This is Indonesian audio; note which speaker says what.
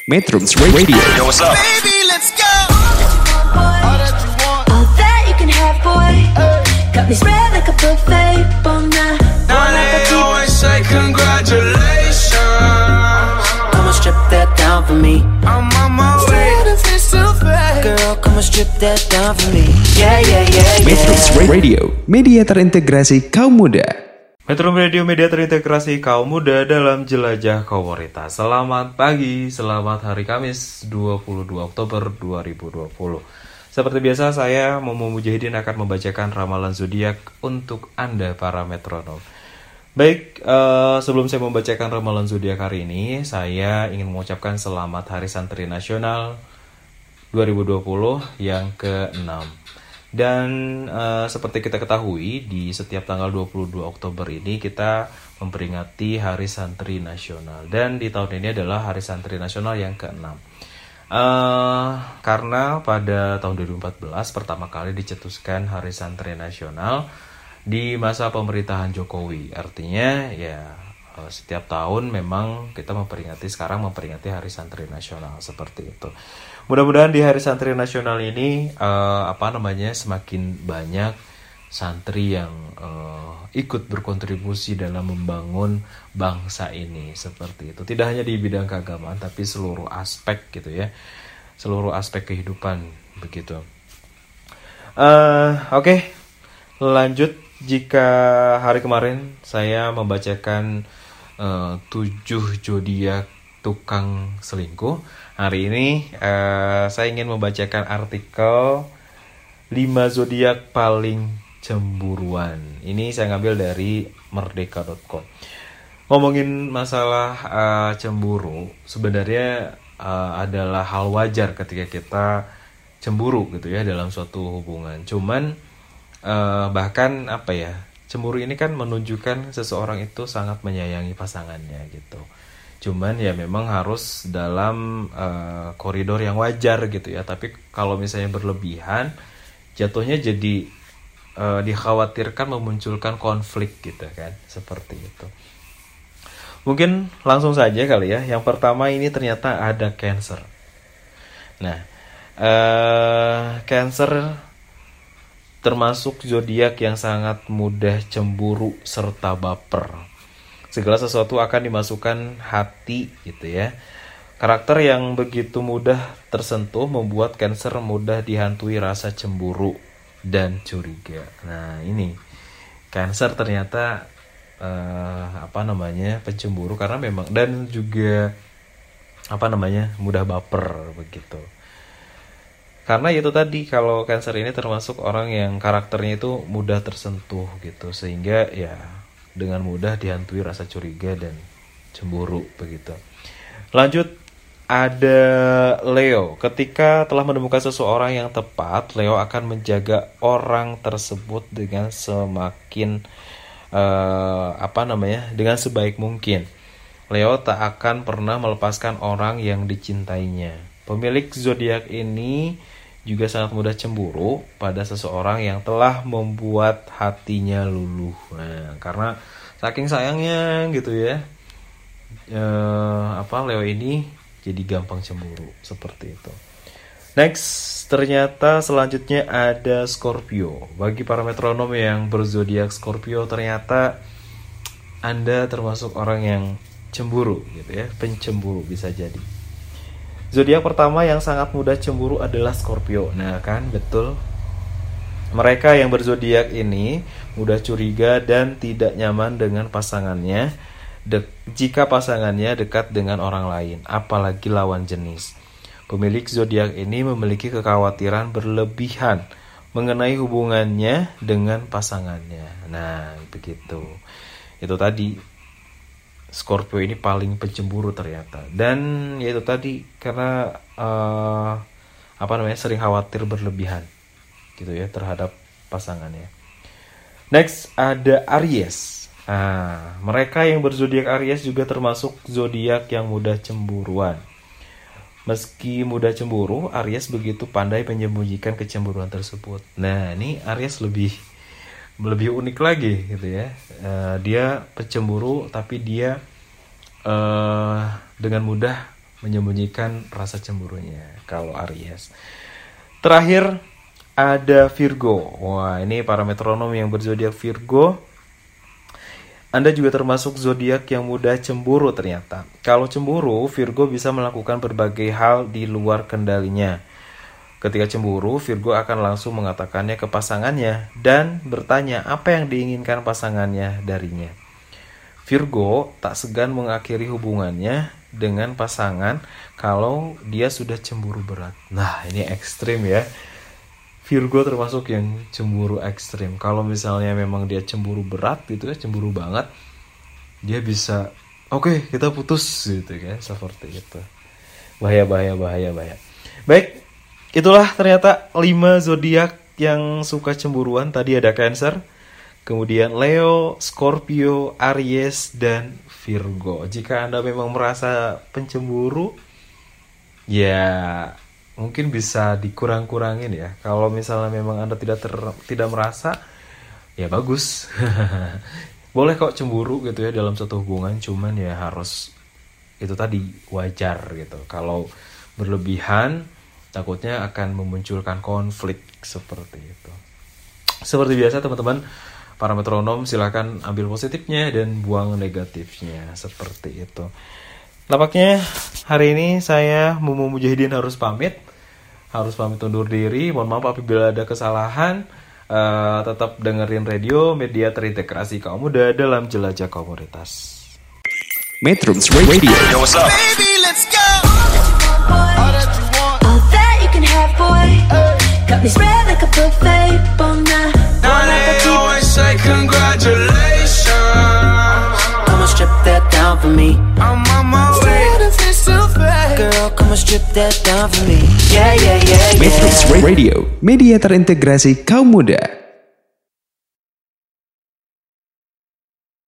Speaker 1: Metrums Radio.
Speaker 2: Yo, what's up?
Speaker 3: Baby, let's go.
Speaker 4: All that you want, all that you can have, boy. Got me spread like a buffet, bon night.
Speaker 3: Now they always say congratulations.
Speaker 4: Come on, strip that down for me.
Speaker 3: I'm on my way.
Speaker 4: Girl, come on, strip that down for me. Yeah, yeah, yeah, yeah.
Speaker 1: Metrums Radio, media terintegrasi kaum muda.
Speaker 5: Metro Radio, media terintegrasi kaum muda dalam jelajah komunitas. Selamat pagi, selamat hari Kamis 22 Oktober 2020. Seperti biasa, saya Momo Mujahidin akan membacakan ramalan zodiak untuk Anda para metronom. Baik, sebelum saya membacakan ramalan zodiak hari ini, saya ingin mengucapkan selamat Hari Santri Nasional 2020 yang ke-6. Dan seperti kita ketahui, di setiap tanggal 22 Oktober ini kita memperingati Hari Santri Nasional. Dan di tahun ini adalah Hari Santri Nasional yang ke-6. Karena pada tahun 2014 pertama kali dicetuskan Hari Santri Nasional di masa pemerintahan Jokowi. Artinya ya setiap tahun memang kita memperingati Hari Santri Nasional seperti itu. Mudah-mudahan di Hari Santri Nasional ini semakin banyak santri yang ikut berkontribusi dalam membangun bangsa ini seperti itu. Tidak hanya di bidang keagamaan tapi seluruh aspek gitu ya. Seluruh aspek kehidupan begitu. Oke. Lanjut, jika hari kemarin saya membacakan 7 zodiak tukang selingkuh, hari ini saya ingin membacakan artikel 5 zodiak paling cemburuan. Ini saya ngambil dari merdeka.com. Ngomongin masalah cemburu, sebenarnya adalah hal wajar ketika kita cemburu gitu ya dalam suatu hubungan. Cuman bahkan cemburu ini kan menunjukkan seseorang itu sangat menyayangi pasangannya gitu. Cuman ya memang harus dalam koridor yang wajar gitu ya. Tapi kalau misalnya berlebihan, jatuhnya jadi dikhawatirkan memunculkan konflik gitu kan. Seperti itu. Mungkin langsung saja kali ya. Yang pertama ini ternyata ada Cancer. Nah, Cancer termasuk zodiak yang sangat mudah cemburu serta baper. Segala sesuatu akan dimasukkan hati gitu ya. Karakter yang begitu mudah tersentuh membuat Cancer mudah dihantui rasa cemburu dan curiga. Nah ini Cancer ternyata pencemburu karena memang, dan juga mudah baper begitu. Karena itu tadi, kalau Cancer ini termasuk orang yang karakternya itu mudah tersentuh gitu, sehingga ya dengan mudah dihantui rasa curiga dan cemburu begitu. Lanjut, ada Leo. Ketika telah menemukan seseorang yang tepat, Leo akan menjaga orang tersebut dengan semakin dengan sebaik mungkin. Leo tak akan pernah melepaskan orang yang dicintainya. Pemilik zodiak ini juga sangat mudah cemburu pada seseorang yang telah membuat hatinya luluh. Nah, karena saking sayangnya gitu ya, Leo ini jadi gampang cemburu seperti itu. Next, ternyata selanjutnya ada Scorpio. Bagi para metronom yang berzodiak Scorpio, ternyata Anda termasuk orang yang cemburu gitu ya, pencemburu bisa jadi. Zodiak pertama yang sangat mudah cemburu adalah Scorpio. Nah kan, betul. Mereka yang berzodiak ini mudah curiga dan tidak nyaman dengan pasangannya jika pasangannya dekat dengan orang lain, apalagi lawan jenis. Pemilik zodiak ini memiliki kekhawatiran berlebihan mengenai hubungannya dengan pasangannya. Nah, begitu. Itu tadi. Scorpio ini paling pencemburu ternyata. Dan yaitu tadi, karena sering khawatir berlebihan gitu ya terhadap pasangannya. Next ada Aries. Mereka yang berzodiak Aries juga termasuk zodiak yang mudah cemburuan. Meski mudah cemburu, Aries begitu pandai menyembunyikan kecemburuan tersebut. Nah, ini Aries lebih unik lagi gitu ya. Dia pencemburu tapi dia dengan mudah menyembunyikan rasa cemburunya kalau Aries. Terakhir ada Virgo. Wah, ini para metronom yang berzodiak Virgo, Anda juga termasuk zodiak yang mudah cemburu ternyata. Kalau cemburu, Virgo bisa melakukan berbagai hal di luar kendalinya. Ketika cemburu, Virgo akan langsung mengatakannya ke pasangannya dan bertanya apa yang diinginkan pasangannya darinya. Virgo tak segan mengakhiri hubungannya dengan pasangan kalau dia sudah cemburu berat. Nah, ini ekstrim ya. Virgo termasuk yang cemburu ekstrim. Kalau misalnya memang dia cemburu berat gitu ya, cemburu banget, dia bisa oke, kita putus gitu kan, seperti itu. Bahaya. Baik, itulah ternyata 5 zodiak yang suka cemburuan. Tadi ada Cancer, kemudian Leo, Scorpio, Aries, dan Virgo. Jika Anda memang merasa pencemburu, ya mungkin bisa dikurang-kurangin ya. Kalau misalnya memang Anda tidak merasa, ya bagus. Boleh kok cemburu gitu ya dalam satu hubungan, cuman ya harus itu tadi wajar gitu. Kalau berlebihan, takutnya akan memunculkan konflik seperti itu. Seperti biasa teman-teman, para metronom silakan ambil positifnya dan buang negatifnya, seperti itu. Nampaknya hari ini saya Mumu Mujahidin harus pamit undur diri. Mohon maaf apabila ada kesalahan. Tetap dengerin radio, media terintegrasi kaum muda dalam jelajah komunitas.
Speaker 1: Metrums Radio.
Speaker 3: Yo, what's up?
Speaker 4: Baby, let's go. All that you can have, boy. Got me spread like a buffet. Bon
Speaker 3: Now they always say congratulations.
Speaker 2: Come on, strip that down for me.
Speaker 3: I'm on my way.
Speaker 2: Girl, come on, strip that down for me. Yeah.
Speaker 1: Metrums Radio, media terintegrasi kaum muda.